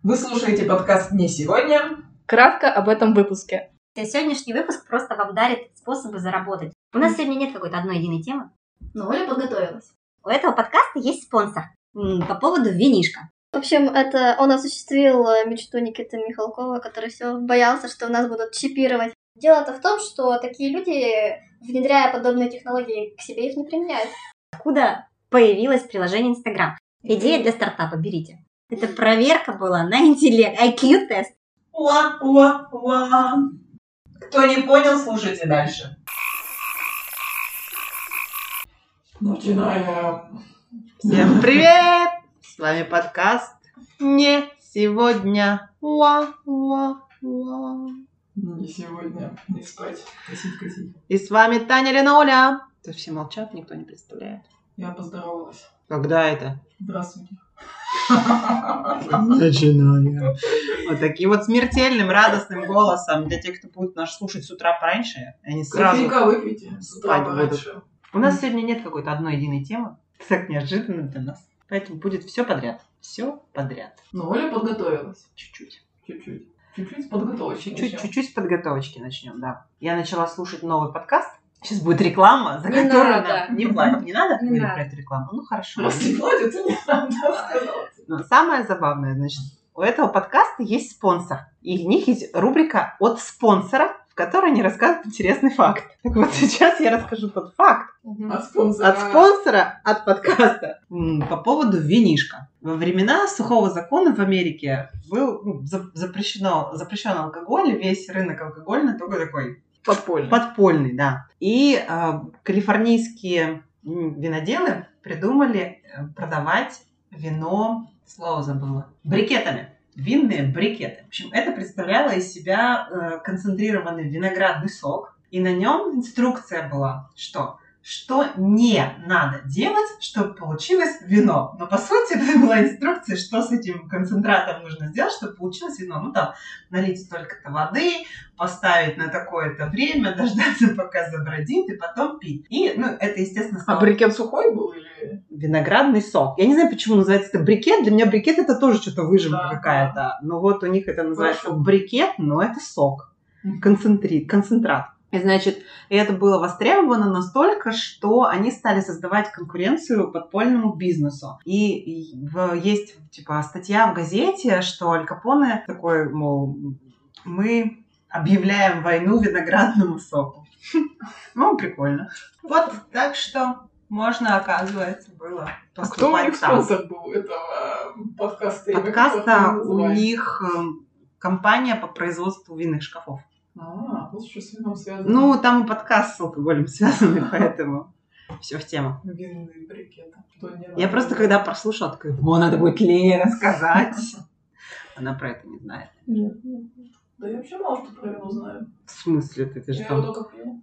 Вы слушаете подкаст «Не сегодня». Кратко об этом выпуске. Сегодняшний выпуск просто вам дарит способы заработать. У нас сегодня нет какой-то одной единой темы. Но Оля подготовилась. У этого подкаста есть спонсор по поводу винишка. В общем, это он осуществил мечту Никиты Михалкова, который все боялся, что нас будут чипировать. Дело-то в том, что такие люди, внедряя подобные технологии, к себе их не применяют. Откуда появилось приложение Instagram? Идея для стартапа, берите. Это проверка была на интеллект, IQ-тест. Уа. Кто не понял, слушайте дальше. Начинаем. Всем привет! С вами подкаст «Не сегодня». Не сегодня. Не спать. Косить. И с вами Таня, Лена, Оля. Тут все молчат, никто не представляет. Я поздоровалась. Когда это? Здравствуйте. Начинаем. Вот таким вот смертельным, радостным голосом для тех, кто будет нас слушать с утра пораньше, они сразу Кофейка выпейте. С утра спать будут. пораньше. У нас сегодня нет какой-то одной единой темы. Так неожиданно для нас. Поэтому будет все подряд. Все подряд. Но Оля подготовилась. Чуть-чуть. Чуть-чуть подготовочки. Чуть-чуть с подготовочки начнем, да. Я начала слушать новый подкаст. Сейчас будет реклама, за Не которую надо. нам не платят. Не надо Не говорить надо. про эту рекламу? Ну, хорошо. Раз не платят, то не надо сказать. Но самое забавное, значит, у этого подкаста есть спонсор. И у них есть рубрика «От спонсора», в которой они рассказывают интересный факт. Так вот, сейчас я расскажу тот факт От спонсора. от спонсора, от подкаста по поводу винишка. Во времена сухого закона в Америке был запрещен алкоголь, весь рынок алкогольный только такой подпольный, да. И калифорнийские виноделы придумали продавать вино, слово забыла, брикетами. Винные брикеты. В общем, это представляло из себя концентрированный виноградный сок. И на нем инструкция была, что не надо делать, чтобы получилось вино. Но по сути это была инструкция, что с этим концентратом нужно сделать, чтобы получилось вино. Ну там, налить столько-то воды, поставить на такое-то время, дождаться, пока забродит, и потом пить. И, это, естественно, А брикет сухой был или... виноградный сок. Я не знаю, почему называется это брикет. Для меня брикет это тоже что-то выжимка Да. какая-то. Но вот у них это называется Хорошо. брикет, но это сок. Концентрат. И, значит, это было востребовано настолько, что они стали создавать конкуренцию подпольному бизнесу. И есть, статья в газете, что Аль Капоне такой, мол, мы объявляем войну виноградному соку. Ну, прикольно. Вот, так что можно, оказывается, было А кто у них поступать так. спонсор был этого подкаста? Подкаста у них компания по производству винных шкафов. Вот что с вином связано. Ну, там и подкаст с алкоголем связаны, поэтому все в тему. Винные брикеты. Я просто, когда прослушала, такая, надо будет Лене рассказать. Она про это не знает. Нет. Да я вообще мало что про вино знаю. В смысле ты Я что? его только пью.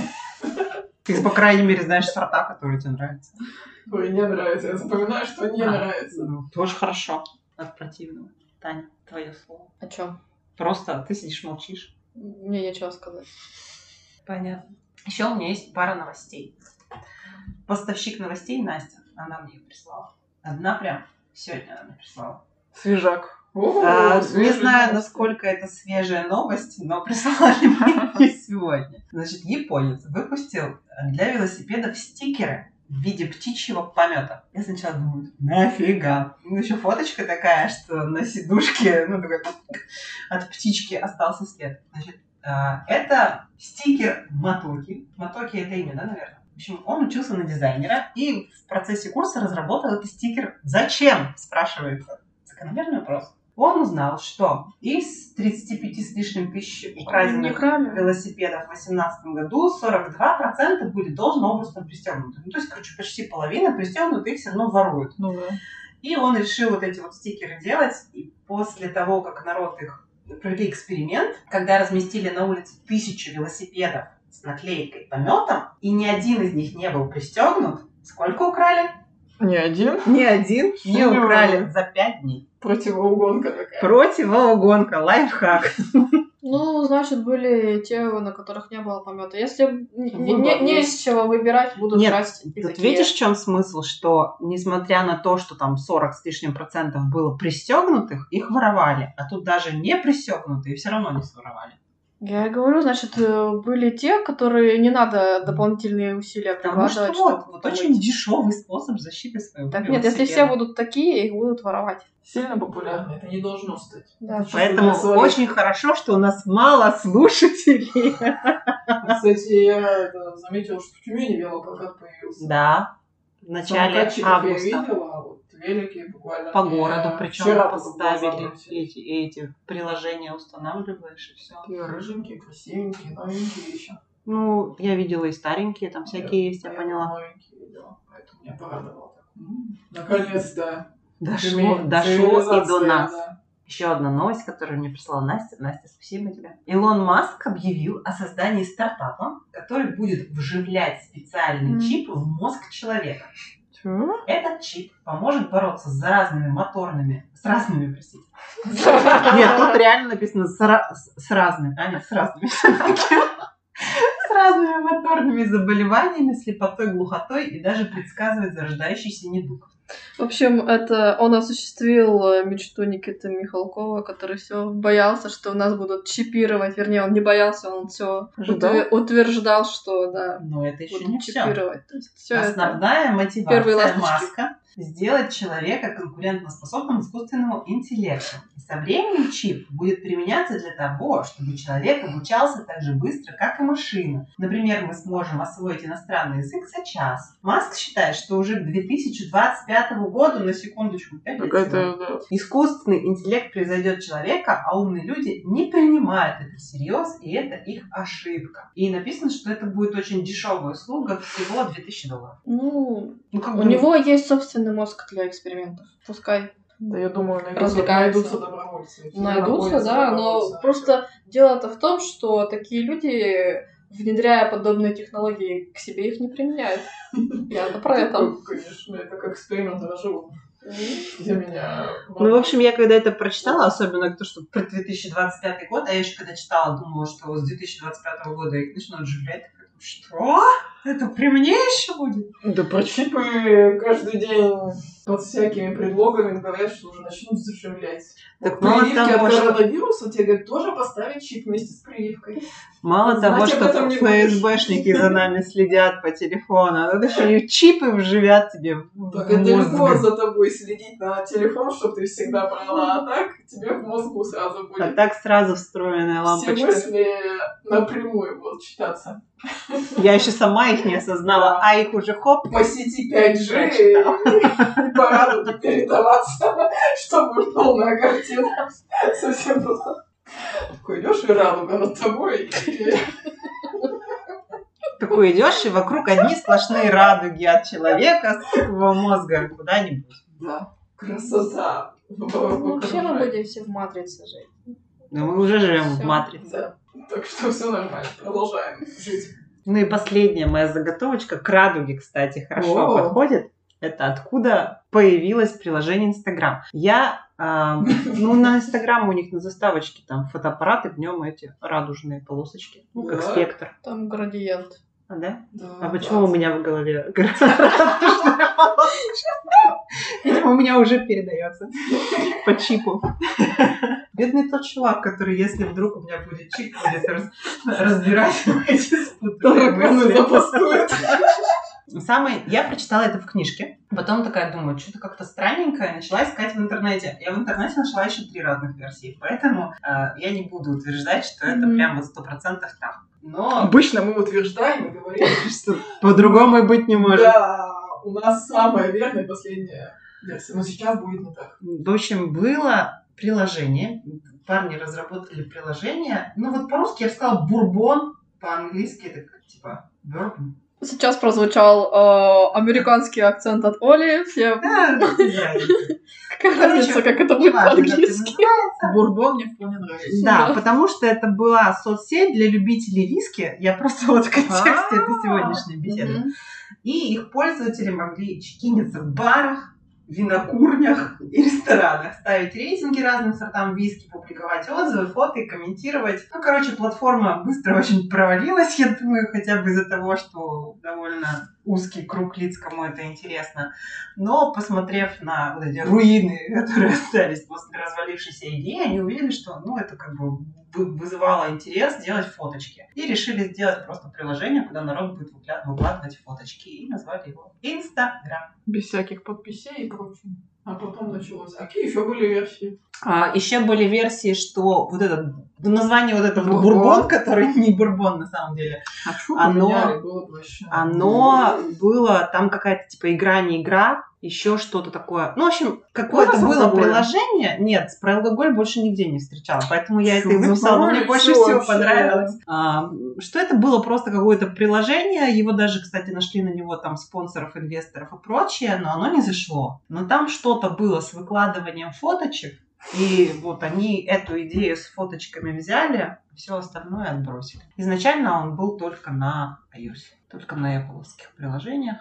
Ты, по крайней мере, знаешь сорта, которые тебе нравятся. Ой, не нравится. Я запоминаю, что не нравится. Ну, тоже хорошо. От противного. Таня, твое слово. О чем? Просто ты сидишь, молчишь. Мне нечего сказать. Понятно. Еще у меня есть пара новостей. Поставщик новостей Настя, она мне их прислала. Одна прям сегодня она мне прислала. Свежак. Не знаю, насколько это свежая новость, но прислали мне ее сегодня. Значит, японец выпустил для велосипедов стикеры в виде птичьего помета. Я сначала думаю, нафига? Еще фоточка такая, что на сидушке, такой, от птички остался след. Значит, это стикер Мотоки. Мотоки это имя, да, наверное? В общем, он учился на дизайнера и в процессе курса разработал этот стикер. Зачем? Спрашивается. Закономерный вопрос. Он узнал, что из 35 с лишним тысяч украденных велосипедов в 2018 году 42% были должным образом пристегнуты. То есть, почти половина пристегнуты, их все равно воруют. Ну да. И он решил вот эти вот стикеры делать. И после того, как народ их провели эксперимент, когда разместили на улице 1000 велосипедов с наклейкой пометом, и ни один из них не был пристегнут, сколько украли? Не один? Ни один не украли за 5 дней. Противоугонка такая. Противоугонка, лайфхак. Ну, значит, были те, на которых не было помета. Если не из чего выбирать, будут Нет, брать и тут такие. видишь, в чем смысл, что несмотря на то, что там 40 с лишним процентов было пристегнутых, их воровали, а тут даже не пристегнутые все равно не своровали. Я и говорю, значит, были те, которые не надо дополнительные усилия Потому что прикладывать, вот чтобы очень дешевый способ защиты своего Так нет, если все будут такие, их будут воровать. Сильно популярно, это не должно стать. Да. Поэтому Чисто для своих. очень хорошо, что у нас мало слушателей. Кстати, я заметила, что в Тюмени велопрокат появился. Да, в начале Самокатчиков я августа. видела, а вот велики буквально. По мне городу, причем вчера только поставили глаза бросились. эти приложения, устанавливаешь и все. Такие рыженькие, красивенькие, новенькие еще. Ну, я видела и старенькие, там всякие есть, я поняла. Новенькие видела, поэтому меня порадовало. Наконец-то. Дошло и до Цивилизация, нас. да. Еще одна новость, которую мне прислала Настя. Настя, спасибо тебе. Илон Маск объявил о создании стартапа, который будет вживлять специальный чип в мозг человека. Этот чип поможет бороться с разными, простите. Нет, тут реально написано с разными. А, нет, с разными. С разными моторными заболеваниями, слепотой, глухотой и даже предсказывать зарождающийся недуг. В общем, это он осуществил мечту Никиты Михалкова, который все боялся, что нас будут чипировать. Вернее, он не боялся, он все утверждал, что да, Но это еще будут не все. чипировать. То есть всё это Основная первые мотивация ласточки. Маска — сделать человека конкурентоспособным искусственному интеллекту. И со временем чип будет применяться для того, чтобы человек обучался так же быстро, как и машина. Например, мы сможем освоить иностранный язык за час. Маск считает, что уже к 2025 году, на секундочку, 5 лет всего, искусственный интеллект превзойдет человека, а умные люди не принимают это всерьез, и это их ошибка. И написано, что это будет очень дешевая услуга, всего $2000. Ну, Как у бы, него есть собственный мозг для экспериментов. Пускай Да, я думаю, Развлекаются. найдутся добровольцы. найдутся, да, но просто дело-то в том, что такие люди, внедряя подобные технологии, к себе их не применяют. Я про это. Конечно, это как эксперимент на живом. Где меня... Ну, в общем, я когда это прочитала, особенно то, что про 2025 год, а я еще когда читала, думала, что с 2025 года их начнут сжигать. Что? Это при мне еще будет? Да про чипы каждый день под всякими предлогами говорят, что уже начнут заживлять. Так Вот мало прививки от того, что- коронавируса тебе говорят, тоже поставить чип вместе с прививкой. Мало Знать того, об что этом не ФСБшники за нами следят по телефону, а тут еще и чипы вживят тебе в Так это легко мозг. за тобой следить на телефон, чтобы ты всегда брала, а так тебе в мозгу сразу А будет. так сразу встроенная Все лампочка. мысли напрямую будут читаться. Я еще сама их не осознала, а их уже хоп. По сети 5G Прочитала. и по радуге передаваться, чтобы полная картина. Совсем просто. Такой идешь, и радуга над тобой. И Такой идешь, и вокруг одни сплошные радуги от человека с его мозга куда-нибудь. да, красота. Ну, вообще мы будем все в матрице жить. Но мы уже живем в Всё. матрице. Да. Так что все нормально, продолжаем жить. Ну и последняя моя заготовочка к радуге, кстати, хорошо О. подходит. Это откуда появилось приложение Инстаграм. Ну, на Инстаграм у них на заставочке там фотоаппараты, в нем эти радужные полосочки. Ну, как Да. спектр. Там градиент. А, да? Да, А почему у класс. меня в голове радужная полосочка? Видимо, у меня уже передается по чипу. Бедный тот чувак, который, если вдруг у меня будет чип, будет разбирать эти спутанные Тараканы мысли. запастуют. Я прочитала это в книжке. Потом такая думаю, что-то как-то странненькое. Начала искать в интернете. Я в интернете нашла еще 3 разных версии. Поэтому я не буду утверждать, что это прям вот 100% там. Но Обычно мы утверждаем и говорим, что по-другому и быть не может. да, у нас самая верная последняя версия. Но сейчас будет не так. В общем, было приложение. Парни разработали приложение. Ну вот по-русски я бы сказала бурбон. По-английски это как типа bourbon. Сейчас прозвучал американский акцент от Оли. Все... Какая разница, как это будет по-английски? Бурбон мне вполне нравится. Да, Да. потому что это была соцсеть для любителей виски. Я просто вот в контексте этой сегодняшней беседы. Мгм. И их пользователи могли чекиниться в барах, винокурнях и ресторанах, ставить рейтинги разным сортам виски, публиковать отзывы, фото и комментировать. Ну, короче, платформа быстро очень провалилась, я думаю, хотя бы из-за того, что довольно узкий круг лиц, кому это интересно. Но, посмотрев на вот эти руины, которые остались после развалившейся идеи, они увидели, что, ну, это как бы вызывало интерес делать фоточки. И решили сделать просто приложение, куда народ будет выкладывать фоточки. И назвали его Инстаграм. Без всяких подписей и прочего. А потом началось. А какие еще были версии? Еще были версии, что вот это название вот этого Бурбон. бурбон, который не бурбон на самом деле, А что Оно- было бы вообще? оно было там какая-то типа игра, не игра, еще что-то такое. Ну, в общем, какое-то Тоже с было алкоголем? приложение. Нет, про алкоголь больше нигде не встречала, поэтому я это и Чё, выписала, но мне алкоголь, больше всё всего вообще. понравилось. Что это было просто какое-то приложение, его даже, кстати, нашли на него там спонсоров, инвесторов и прочее, но оно не зашло. Но там что-то было с выкладыванием фоточек, и вот они эту идею с фоточками взяли, все остальное отбросили. Изначально он был только на iOS, только на Apple-овских приложениях.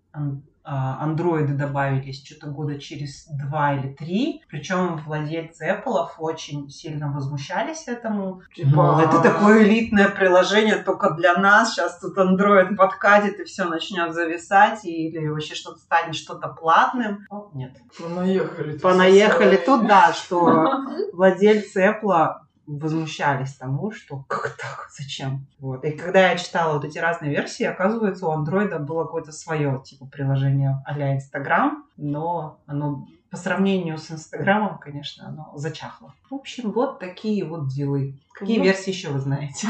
Андроиды добавились что-то года через 2 или 3. Причем владельцы Apple очень сильно возмущались этому. Мол, это такое элитное приложение только для нас. Сейчас тут Android подкатит и все начнет зависать. Или вообще что-то станет что-то платным. Ну, нет. Понаехали тут, да, что владельцы Apple возмущались тому, что как так, зачем? Вот. И когда я читала вот эти разные версии, оказывается, у Андроида было какое-то свое типа приложение а-ля Инстаграм, но оно по сравнению с Инстаграмом, конечно, оно зачахло. В общем, вот такие вот делы. Какие версии еще вы знаете?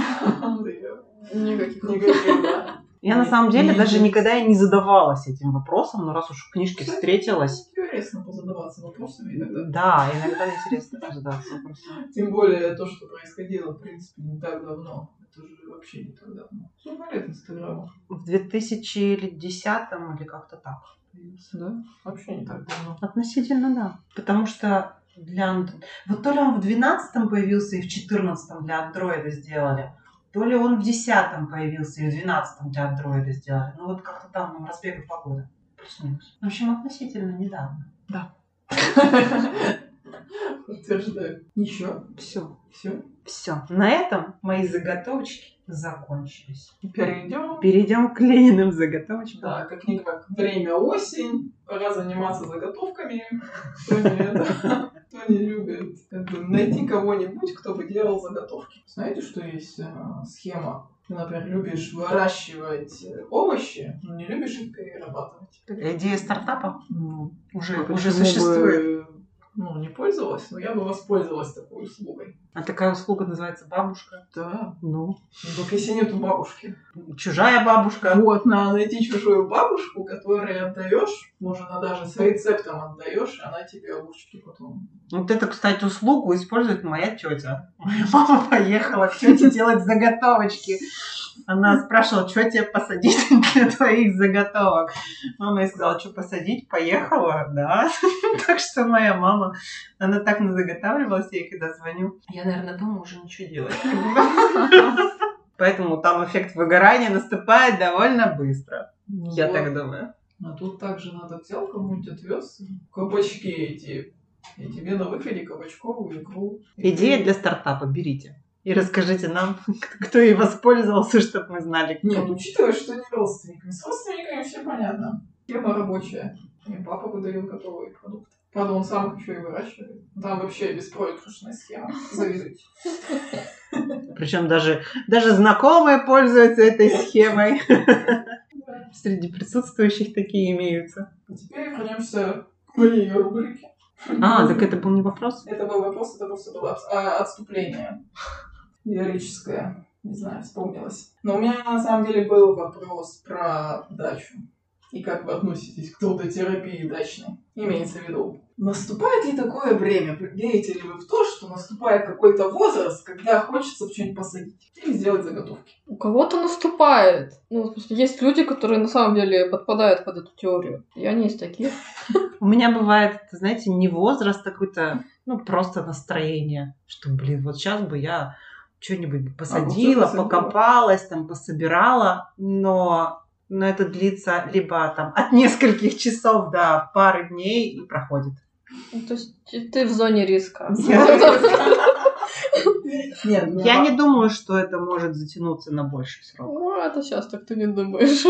Никаких, да. Я на самом деле даже никогда и не задавалась этим вопросом, но раз уж в книжке Кстати, встретилась... Интересно позадаваться вопросами иногда. Да, иногда интересно задаваться вопросом. Тем более то, что происходило, в принципе, не так давно. Это же вообще не так давно. Сколько лет Инстаграму? В 2010-м или как-то так. Да? Вообще не так давно. Относительно, да. Потому что вот то ли он в 12-м появился и в 14-м для андроида сделали, то ли он в 10-м появился и в 12-м для андроида сделали. Ну вот как-то там разбега 2 года. Плюс-минус. В общем, относительно недавно. Да. Утверждаю. Еще? Все. Все? Все. На этом мои заготовочки закончились. Перейдем. Перейдем к Лениным заготовочкам. Да, как-никак. Время осень. Пора заниматься заготовками. Кто не любит найти кого-нибудь, кто бы делал заготовки. Знаете, что есть схема? Ты, например, любишь выращивать овощи, но не любишь их перерабатывать. Идея стартапа уже Почему существует. бы, не пользовалась, но я бы воспользовалась такой услугой. А такая услуга называется бабушка. Да. Ну, Только если нету бабушки. чужая бабушка. Вот, надо найти чужую бабушку, которой отдаешь, может, она даже с рецептом отдаешь, и она тебе огурчики потом. Вот эту, кстати, услугу использует моя тетя. Моя мама поехала к тете делать заготовочки. Она спрашивала, что тебе посадить для твоих заготовок. Мама ей сказала, что посадить, поехала, да. Так что моя мама, она так назаготавливалась, я ей когда звоню. Я, наверное, дома уже ничего делать не буду. Поэтому там эффект выгорания наступает довольно быстро. Я так думаю. А тут также надо взял, кому-нибудь отвез кабачки эти. И тебе на выходе кабачковую икру. Идея для стартапа, берите. И расскажите нам, кто ей воспользовался, чтобы мы знали. Нет, учитывая, что не родственниками. С родственниками все понятно. Тема рабочая. И папа выдает готовые продукты. Правда, он сам их еще и выращивает. Там вообще беспроигрышная схема. Завидуйте. Причем даже знакомые пользуются этой схемой. Среди присутствующих такие имеются. А теперь вернемся к моей рубрике. Так это был не вопрос? Это был вопрос, это просто было отступление лирическое. Не знаю, вспомнилось. Но у меня на самом деле был вопрос про дачу. И как вы относитесь к трудотерапии дачной? Имеется в виду, наступает ли такое время? Верите ли вы в то, что наступает какой-то возраст, когда хочется что-нибудь посадить или сделать заготовки? У кого-то наступает. Просто есть люди, которые на самом деле подпадают под эту теорию. Я не из таких. У меня бывает, знаете, не возраст, а какое-то, просто настроение. Что, вот сейчас бы я что-нибудь посадила, покопалась, там, пособирала. Но Но это длится либо там от нескольких часов до пары дней и проходит. Ну, то есть ты в зоне риска. Нет, Я не думаю, что это может затянуться на больший срок. Ну, это сейчас так ты не думаешь.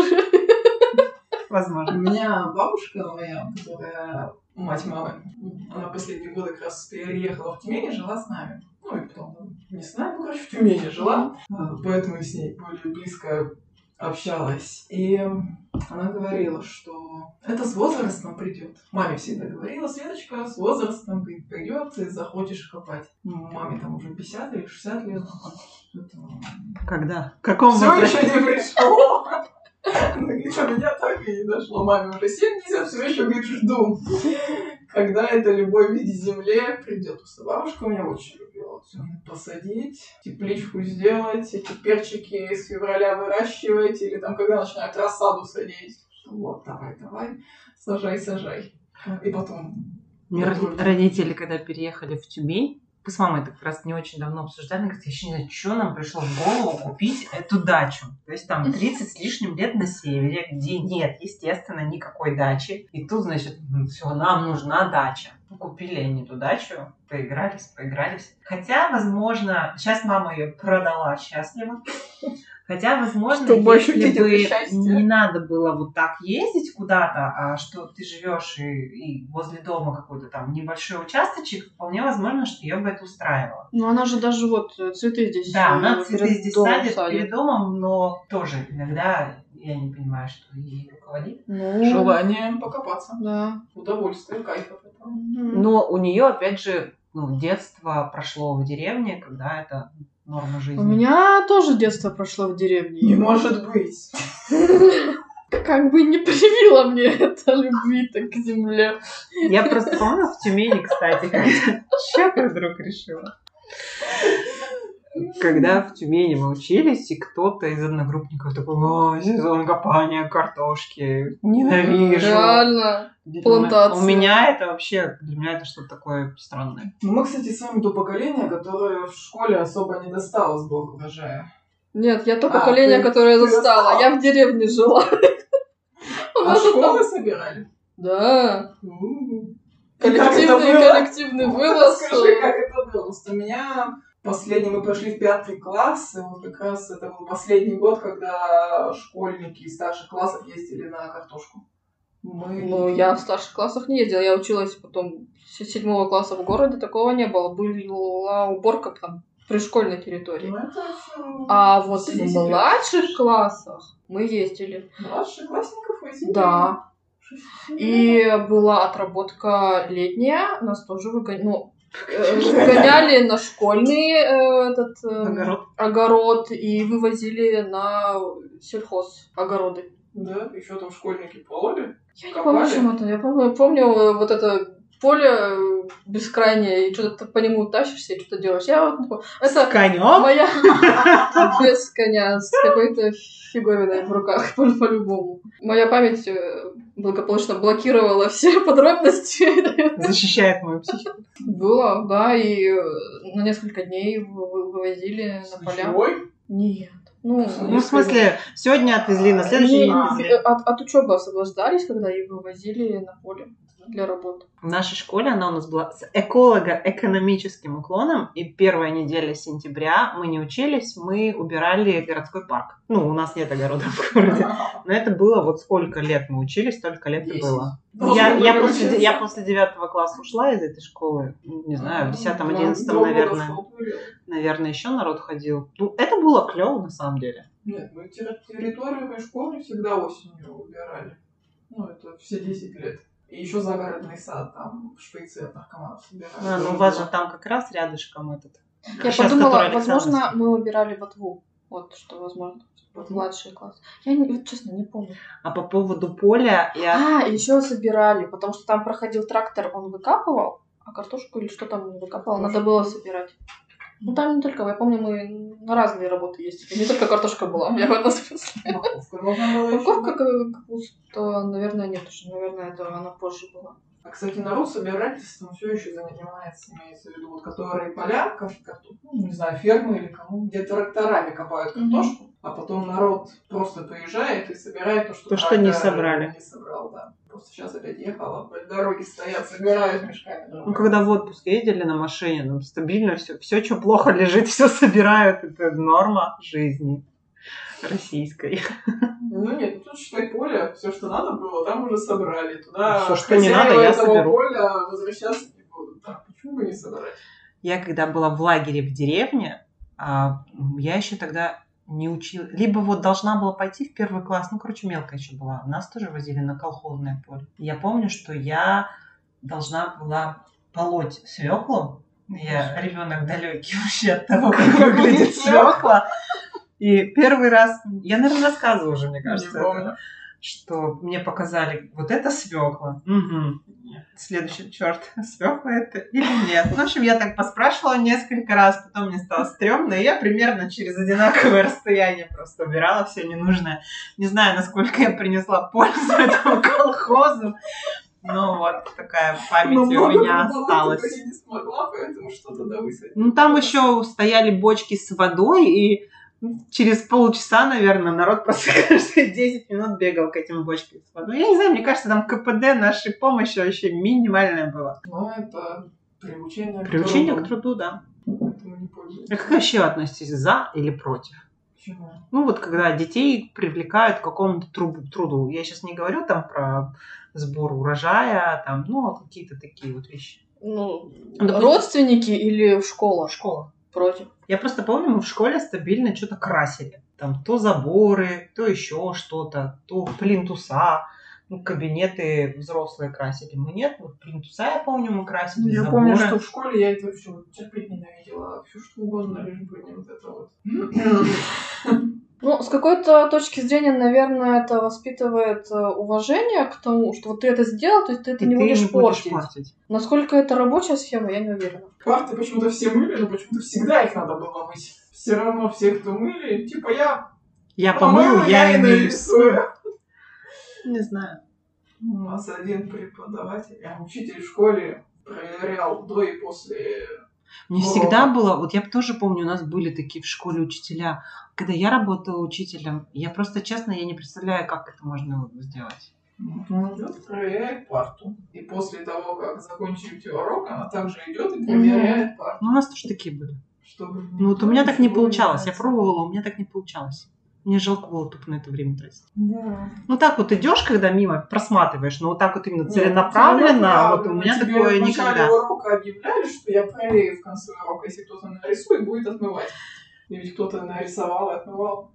У Возможно. меня бабушка моя, которая мать мамы, она последние годы как раз переехала в Тюмень и жила с нами. Ну и потом не с нами, короче, в Тюмени жила. Поэтому я с ней более близко общалась. И она говорила, что это с возрастом придет. Маме всегда говорила: Светочка, с возрастом придет, ты захочешь копать. Маме там уже 50 или 60 лет. Когда? В каком Все возрасте? еще не пришло. Что меня так и не дошло. Маме уже 70, все еще, говорит, жду. Когда эта любовь в виде земле придет. Бабушка у меня очень любила все посадить, тепличку сделать, эти перчики с февраля выращивать, или там, когда начинают рассаду садить. Вот, давай, сажай. И потом... Родители, когда переехали в Тюмень, мы с мамой это как раз не очень давно обсуждали, говорят, я еще не знаю, что нам пришло в голову купить эту дачу. То есть там 30 с лишним лет на севере, где нет, естественно, никакой дачи. И тут, значит, все, нам нужна дача. Купили они эту дачу, поигрались. Хотя, возможно, сейчас мама ее продала счастливо. Хотя, возможно, Что больше если бы счастья. не надо было вот так ездить куда-то, а что ты живешь и возле дома какой-то там небольшой участочек, вполне возможно, что ее бы это устраивало. Ну, она же даже вот цветы здесь. Да, она цветы перед здесь домом садит перед домом, но тоже иногда я не понимаю, что ей руководит. Ну, Желание покопаться. да. Удовольствие, кайф от этого. Но у нее, опять же, детство прошло в деревне, когда это норма жизни. У меня тоже детство прошло в деревне. Не может быть. Как бы не привила мне это любви-то к земле. Я просто помню в Тюмени, кстати, что ты вдруг решила? Когда в Тюмени мы учились, и кто-то из одногруппников такой: о, сезон копания картошки, ненавижу. Реально. Плантация. У меня это вообще, для меня это что-то такое странное. Ну, мы, кстати, с вами то поколение, которое в школе особо не досталось, бог урожая. Нет, я то А, поколение, ты которое застала. застала? Я в деревне жила. У А нас там- школы собирали? Да. Как это было? Коллективный вылаз. Расскажи, как это было. Потому что у меня последний, мы пошли в 5 класс, и вот как раз это был последний год, когда школьники из старших классов ездили на картошку. Ну, я в старших классах не ездила. Я училась потом с 7 класса в городе. Такого не было. Была уборка там при школьной территории. Ну, это всё А вот все в 10 лет. младших классах мы ездили. Младшеклассников возили? Да. И была отработка летняя. Нас тоже выгоняли на школьный огород и вывозили на сельхоз огороды. Да, еще там школьники пололи. Я не помню, чем это. Я помню вот это поле бескрайнее, и что-то по нему тащишься и что-то делаешь. Я вот не помню. С Это конем? моя без коня, с какой-то фиговиной в руках, по-любому. Моя память благополучно блокировала все подробности. Защищает мою психику. Было, да, и на несколько дней вывозили на поля. Ой, Нет. Ну, в смысле, сегодня отвезли, на следующий день отвезли. От учебы освобождались, когда их вывозили на поле для работы. В нашей школе она у нас была с эколого-экономическим уклоном, и первая неделя сентября мы не учились, мы убирали городской парк. Ну, у нас нет огорода в городе, но это было вот сколько лет мы учились, столько лет и 10. было. Должны были учиться. Я после 9 класса ушла из этой школы, не знаю, в 10-11, наверное, еще народ ходил. Ну, это было клево на самом деле. Нет, мы территорию моей школы всегда осенью убирали. Ну, это все 10 лет. И еще загородный сад, там в Швеции от наркоманов собирали. Ну, у вас же там как раз рядышком этот. Я Сейчас, подумала, который возможно, Александровский. мы убирали ботву. Вот что возможно. Вот младший класс. Я, вот, честно, не помню. А по поводу поля, А, еще собирали, потому что там проходил трактор, он выкапывал, а картошку или что там он выкапывал, надо было собирать. Ну, там не только, я помню, мы на разные работы ездили. Не только картошка была, я в этом смысле. Морковка нужна была еще. Морковка, капуста, наверное, нет уже. Наверное, это она позже была. А, кстати, народ собирательством все еще занимается, имеется в виду, вот, которые поля, не знаю, фермы или кому, где тракторами копают картошку. а потом народ просто приезжает и собирает то, То, что трактор не собрали. не собрал, да. Просто сейчас опять ехала, вдоль дороги стоят, собирают мешками. Ну, когда в отпуск ездили на машине, там стабильно все, что плохо лежит, все собирают. Это норма жизни российской. Ну нет, тут считай поле, все, что надо было, там уже собрали. Туда Все, что не надо, я этого соберу. поля возвращаться не будут. Так, почему бы не собрать? Я когда была в лагере в деревне, я еще тогда не учила. Либо вот должна была пойти в первый класс, ну, короче, мелкая еще была. Нас тоже возили на колхозное поле. Я помню, что я должна была полоть свеклу. Я ребенок далекий вообще от того, как выглядит свекла. И первый раз, я, наверное, рассказывала уже, мне кажется, это, что мне показали, вот это свекла. Угу. Следующий, черт, свекла это или нет? В общем, я так поспрашивала несколько раз, потом мне стало стрёмно, и я примерно через одинаковое расстояние просто убирала все ненужное. Не знаю, насколько я принесла пользу этому колхозу, но вот такая память у меня осталась. Я не смогла, поэтому что-то довысадить. Ну, там еще стояли бочки с водой, и через полчаса, наверное, народ просто каждые 10 минут бегал к этим бочкам с водой. Я не знаю, мне кажется, там КПД нашей помощи вообще минимальное было. Ну, это приучение к труду, да. Поэтому не пользуюсь. А как вообще относитесь, за или против? Почему? Ну, вот когда детей привлекают к какому-то труду. Я сейчас не говорю там про сбор урожая, там, ну, какие-то такие вот вещи. Ну, Допустим, родственники или школа? школа. Против. Я просто помню, мы в школе стабильно что-то красили. Там то заборы, то еще что-то, то плинтуса. Ну, кабинеты взрослые красили. Мы нет, вот плинтуса, я помню, мы красили. Я заборы. помню, что в школе я это все терпеть ненавидела. Все что угодно, лишь бы не вот это вот. Ну, с какой-то точки зрения, наверное, это воспитывает уважение к тому, что вот ты это сделал, то есть ты это И не ты будешь не портить. Насколько это рабочая схема, я не уверена. Парты почему-то все мыли, но почему-то всегда их надо было мыть. Все равно все, кто мыли, типа Я помыл, я и нарисую. нарисую. Не знаю. У нас один преподаватель, учитель в школе проверял до и после. Мне всегда было, вот я тоже помню, у нас были такие в школе учителя. Когда я работала учителем, я просто, честно, я не представляю, как это можно сделать. Он идет, проверяет парту. И после того, как закончите урок, она также идет и проверяет парту. Ну, у нас тоже такие были. Чтобы Ну, вот у меня так не ничего получалось. Я нравится. пробовала, у меня так не получалось. Мне жалко было тупо на это время тратить. Да. Ну, так вот идешь, когда мимо, просматриваешь, но вот так вот именно Нет, целенаправленно, вот у меня Тебе такое в начале никогда. урока объявляли, что я проверю в конце урока, если кто-то нарисует, будет отмывать. И ведь кто-то нарисовал и отмывал.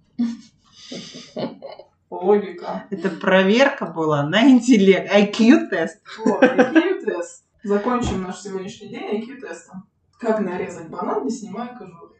Логика. Это проверка была на интеллект, IQ-тест. Вот, IQ-тест. Закончим наш сегодняшний день IQ-тестом. Как нарезать банан, не снимая кожуры?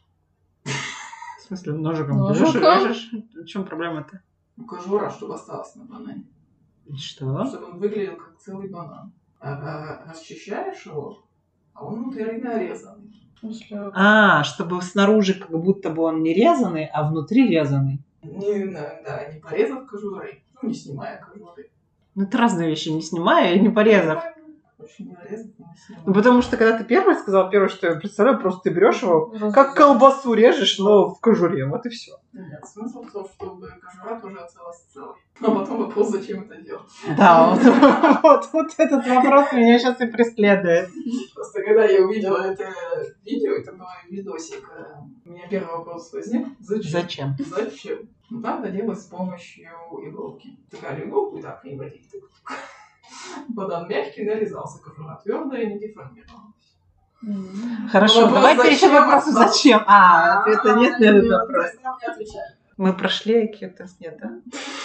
В смысле, ножиком Ножиком? режешь? В чем проблема-то? Кожура, чтобы осталась на банане. И что? Чтобы он выглядел как целый банан. Расчищаешь его, а он внутри нарезанный. Чтобы снаружи как будто бы он не резанный, а внутри резанный. Не порезав кожурой, не снимая кожуры. Ну, это разные вещи, не снимая и не порезав. Очень не нарезав, не снимая. Ну, потому что, когда ты первый сказал, первое, что я представляю, просто ты берешь его, как колбасу режешь, но в кожуре, вот и все. Нет, смысл в том, чтобы кожура тоже осталась целой. Но потом вопрос, зачем это делать. Да, вот этот вопрос меня сейчас и преследует. Просто когда я увидела это видео, это был видосик, у меня первый вопрос возник. Зачем? Зачем? Ну, там это делать с помощью иголки. Тыкали иголку и так приводить. Банан мягкий, нарезался, кожура твердая, не деформировалась. Хорошо, Вопрос, давай перейдем к зачем? вопросу «Зачем?». Ответа нет на этот Нет, вопрос. не отвечали. Мы прошли IQ-тест, нет, да?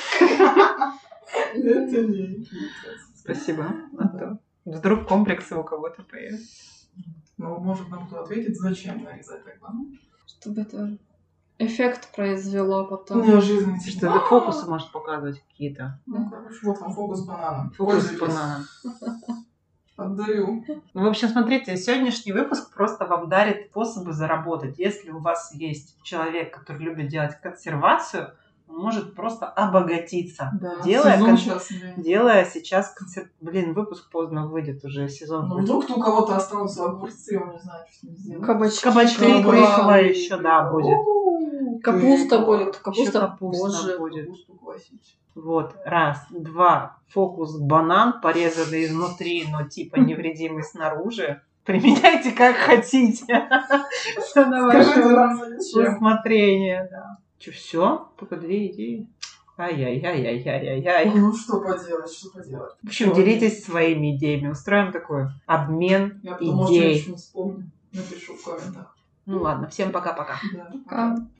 Это не IQ-тест. Спасибо. А то вдруг комплексы у кого-то появятся. Ну, может нам кто ответит, зачем нарезать так банан? Чтобы это эффект произвело потом. Неожиданно. Что это фокусы может показывать какие-то. Ну, короче, вот вам фокус бананом. Фокус с Пользуйтесь. бананом. Отдаю. Ну, в общем, смотрите, сегодняшний выпуск просто вам дарит способы заработать. Если у вас есть человек, который любит делать консервацию, он может просто обогатиться. Да, делая, сезон сейчас. делая сейчас выпуск поздно выйдет уже, сезон Ну, будет. вдруг у кого-то останутся огурцы, он не знает, что с ними сделать. Кабачки. Кабачки, колбаса. брюква еще, да, будет. О, Капуста будет. Ещё Капуста капуста позже. будет. Капусту классическую. Вот, раз, два, фокус банан, порезанный изнутри, но типа невредимый снаружи. Применяйте как хотите. Все на Скажите ваше нам зачем. усмотрение, да. Че, все? Только 2 идеи. Ай-яй-яй-яй-яй-яй. Ну, что поделать, что поделать. В общем, делитесь своими идеями. Устроим такой обмен Я потом, может, я идей. что-нибудь вспомню. Напишу в комментах. Ну ладно, всем пока-пока. Да, Пока.